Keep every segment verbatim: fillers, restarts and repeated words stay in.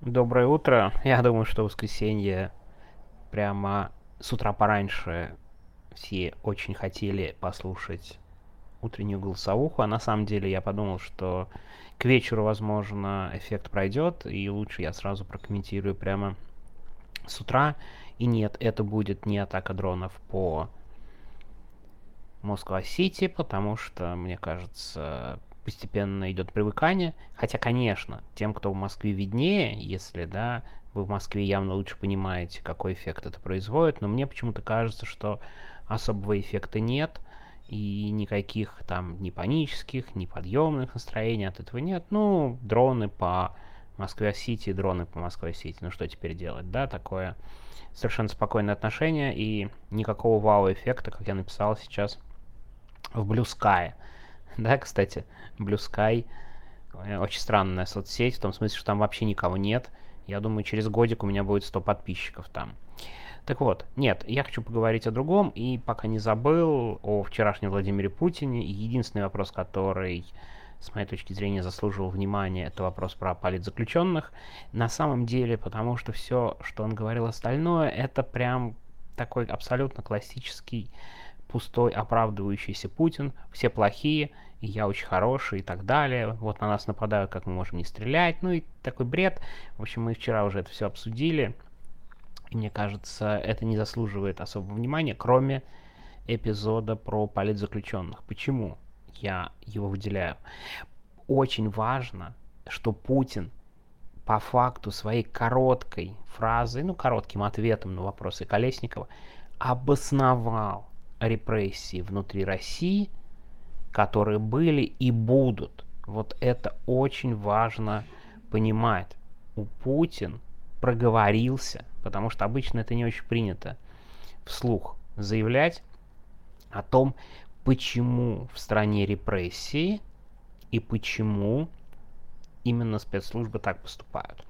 Доброе утро. Я думаю, что в воскресенье прямо с утра пораньше все очень хотели послушать утреннюю голосовуху, а на самом деле я подумал, что к вечеру, возможно, эффект пройдет, и лучше я сразу прокомментирую прямо с утра. И нет, это будет не атака дронов по Москва-Сити, потому что, мне кажется, постепенно идет привыкание. Хотя, конечно, тем, кто в Москве виднее, если, да, вы в Москве явно лучше понимаете, какой эффект это производит, но мне почему-то кажется, что особого эффекта нет, и никаких там ни панических, ни подъемных настроений от этого нет. Ну, дроны по Москве-Сити, дроны по Москве-Сити, ну что теперь делать, да, такое совершенно спокойное отношение и никакого вау-эффекта, как я написал сейчас в Blue Sky. Да, кстати, Blue Sky э, очень странная соцсеть, в том смысле, что там вообще никого нет. Я думаю, через годик у меня будет сто подписчиков там. Так вот, нет, я хочу поговорить о другом, и пока не забыл о вчерашнем Владимире Путине, и единственный вопрос, который, с моей точки зрения, заслуживал внимания, это вопрос про политзаключенных. На самом деле, потому что все, что он говорил остальное, это прям такой абсолютно классический пустой оправдывающийся Путин, все плохие, и я очень хороший и так далее, вот на нас нападают, как мы можем не стрелять, ну и такой бред. В общем, мы вчера уже это все обсудили, и мне кажется, это не заслуживает особого внимания, кроме эпизода про политзаключенных. Почему я его выделяю? Очень важно, что Путин по факту своей короткой фразой, ну, коротким ответом на вопросы Колесникова, обосновал репрессии внутри России, которые были и будут. Вот это очень важно понимать. У Путин проговорился, потому что обычно это не очень принято вслух заявлять о том, почему в стране репрессии и почему именно спецслужбы так поступают.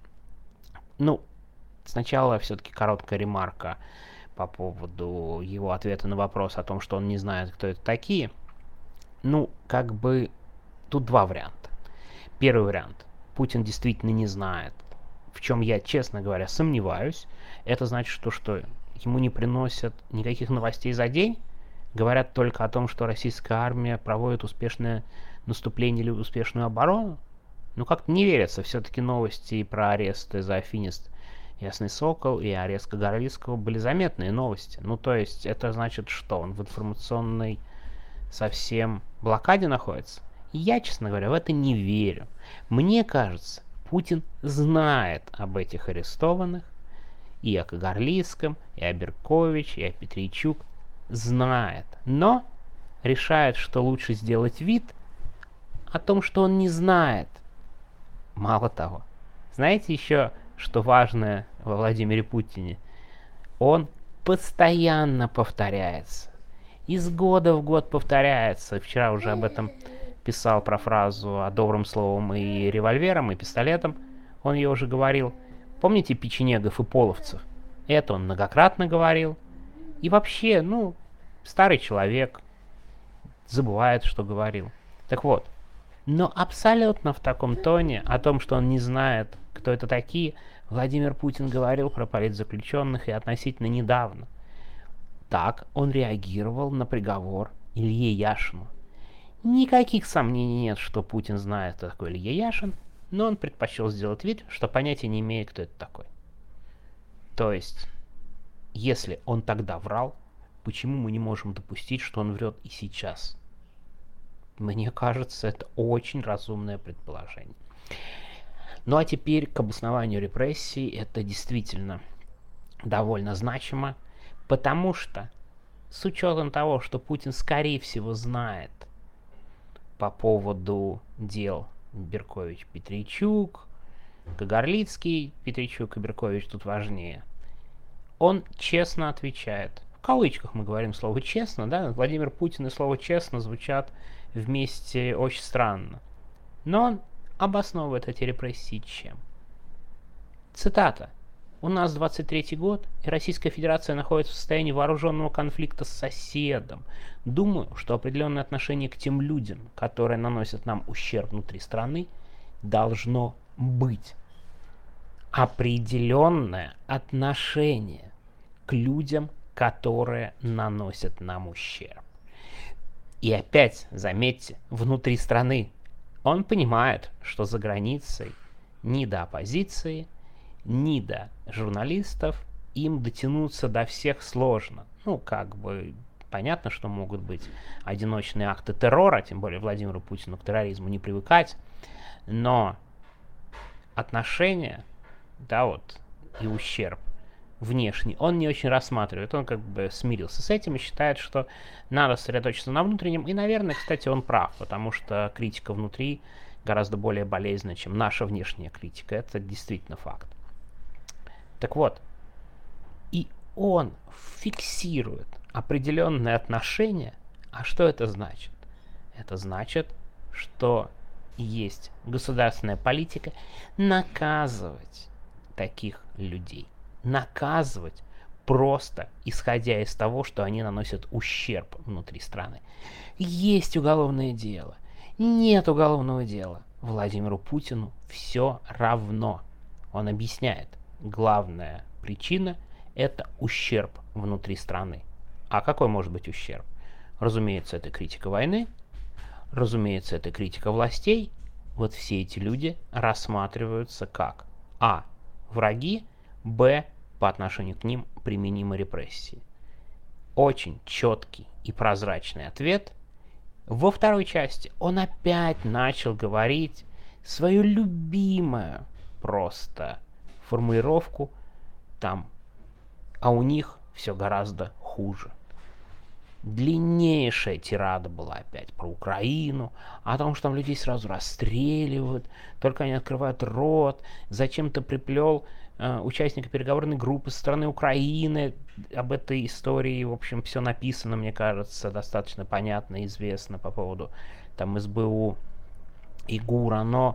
Ну, сначала все-таки короткая ремарка по поводу его ответа на вопрос о том, что он не знает, кто это такие. Ну, как бы тут два варианта. Первый вариант. Путин действительно не знает, в чем я, честно говоря, сомневаюсь. Это значит, что, что ему не приносят никаких новостей за день, говорят только о том, что российская армия проводит успешное наступление или успешную оборону. Ну, как-то не верится. Все-таки новости про аресты за Финист Ясный Сокол и арест Кагарлицкого были заметные новости. Ну, то есть, это значит, что он в информационной совсем блокаде находится? Я, честно говоря, в это не верю. Мне кажется, Путин знает об этих арестованных, и о Кагарлицком, и о Беркович, и о Петричук. Знает, но решает, что лучше сделать вид о том, что он не знает. Мало того, знаете еще, что важное во Владимире Путине? Он постоянно повторяется. Из года в год повторяется. Вчера уже об этом писал про фразу о добром словом и револьвером, и пистолетом. Он ее уже говорил. Помните печенегов и половцев? Это он многократно говорил. И вообще, ну, старый человек забывает, что говорил. Так вот, но абсолютно в таком тоне, о том, что он не знает, кто это такие, Владимир Путин говорил про политзаключенных и относительно недавно. Так он реагировал на приговор Илье Яшину. Никаких сомнений нет, что Путин знает, кто такой Илья Яшин, но он предпочел сделать вид, что понятия не имеет, кто это такой. То есть, если он тогда врал, почему мы не можем допустить, что он врет и сейчас? Мне кажется, это очень разумное предположение. Ну а теперь к обоснованию репрессий. Это действительно довольно значимо, потому что с учетом того, что Путин, скорее всего, знает по поводу дел Беркович-Петричук, Кагарлицкий, Петричук и Беркович тут важнее, он честно отвечает. В кавычках мы говорим слово «честно», да? Владимир Путин и слово «честно» звучат вместе очень странно. Но он обосновывает эти репрессии чем? Цитата. У нас двадцать третий год, и Российская Федерация находится в состоянии вооруженного конфликта с соседом. Думаю, что определенное отношение к тем людям, которые наносят нам ущерб внутри страны, должно быть. определенное отношение к людям, которые наносят нам ущерб. И опять, заметьте, внутри страны он понимает, что за границей ни до оппозиции, ни до журналистов им дотянуться до всех сложно. Ну, как бы понятно, что могут быть одиночные акты террора, тем более Владимиру Путину к терроризму не привыкать, но отношения, да, вот, и ущерб внешний, он не очень рассматривает. Он как бы смирился с этим и считает, что надо сосредоточиться на внутреннем. И, наверное, кстати, он прав, потому что критика внутри гораздо более болезненна, чем наша внешняя критика. Это действительно факт. Так вот, и он фиксирует определенные отношения. А что это значит? Это значит, что есть государственная политика наказывать таких людей. Наказывать просто исходя из того, что они наносят ущерб внутри страны. Есть уголовное дело, нет уголовного дела. Владимиру Путину все равно. Он объясняет, главная причина – это ущерб внутри страны. А какой может быть ущерб? Разумеется, это критика войны, разумеется, это критика властей. Вот все эти люди рассматриваются как а. враги, б. по отношению к ним применимы репрессии. Очень четкий и прозрачный ответ. Во второй части он опять начал говорить свою любимую просто формулировку там, а у них все гораздо хуже. Длиннейшая тирада была опять про Украину, о том, что там людей сразу расстреливают, только они открывают рот, зачем-то приплел э, участника переговорной группы со стороны Украины. Об этой истории, в общем, все написано, мне кажется, достаточно понятно и известно по поводу там СБУ и ГУРа, но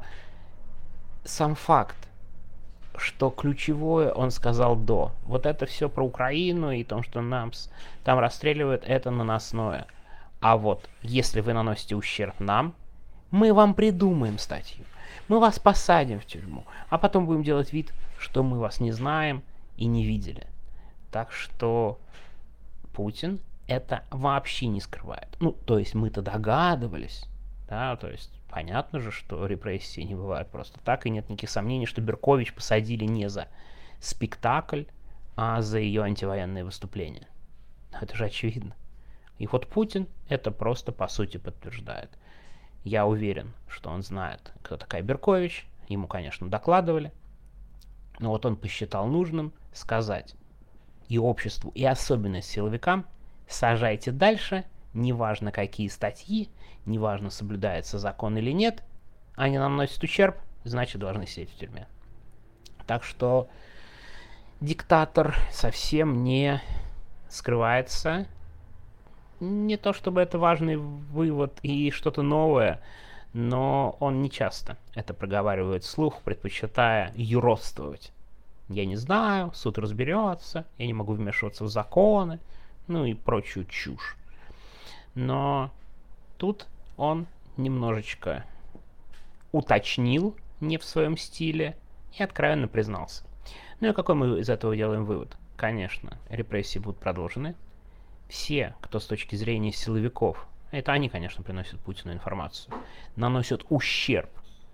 сам факт, что ключевое он сказал до. Вот это все про Украину и то, что нам там расстреливают, это наносное. А вот если вы наносите ущерб нам, мы вам придумаем статью. Мы вас посадим в тюрьму, а потом будем делать вид, что мы вас не знаем и не видели. Так что Путин это вообще не скрывает. Ну, то есть мы-то догадывались, да, то есть понятно же, что репрессии не бывают просто так, и нет никаких сомнений, что Беркович посадили не за спектакль, а за ее антивоенные выступления. Это же очевидно. И вот Путин это просто по сути подтверждает. Я уверен, что он знает, кто такая Беркович, ему, конечно, докладывали, но вот он посчитал нужным сказать и обществу, и особенно силовикам: сажайте дальше, неважно какие статьи, неважно, соблюдается закон или нет, они наносят ущерб, значит, должны сидеть в тюрьме. Так что диктатор совсем не скрывается. Не то чтобы это важный вывод и что-то новое, но он не часто это проговаривает вслух, предпочитая юродствовать. Я не знаю, суд разберется, я не могу вмешиваться в законы, ну и прочую чушь. Но тут он немножечко уточнил, не в своем стиле, и откровенно признался. Ну и какой мы из этого делаем вывод? Конечно, репрессии будут продолжены. Все, кто с точки зрения силовиков, это они, конечно, приносят Путину информацию, наносят ущерб,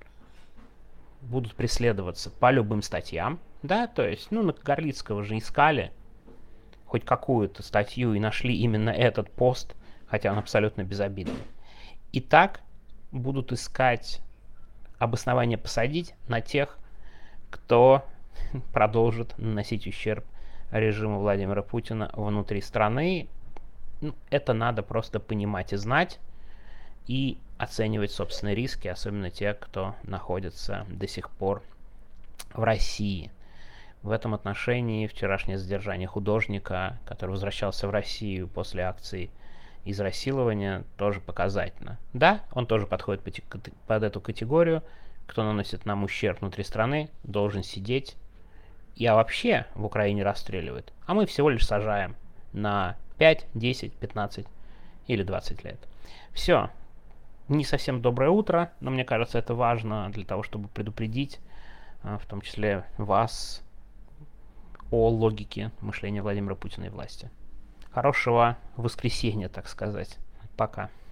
будут преследоваться по любым статьям, да, то есть, ну, на Горлицкого же искали хоть какую-то статью и нашли именно этот пост, хотя он абсолютно безобидный. И так будут искать обоснование посадить на тех, кто продолжит наносить ущерб режиму Владимира Путина внутри страны. Ну, это надо просто понимать и знать, и оценивать собственные риски, особенно те, кто находится до сих пор в России. В этом отношении вчерашнее задержание художника, который возвращался в Россию после акции изнасилования, тоже показательно. Да, он тоже подходит под эту категорию. Кто наносит нам ущерб внутри страны, должен сидеть. Я вообще в Украине расстреливают, а мы всего лишь сажаем на пять, десять, пятнадцать или двадцать лет. Все. Не совсем доброе утро, но мне кажется, это важно для того, чтобы предупредить в том числе вас, о логике мышления Владимира Путина и власти. Хорошего воскресенья, так сказать. Пока.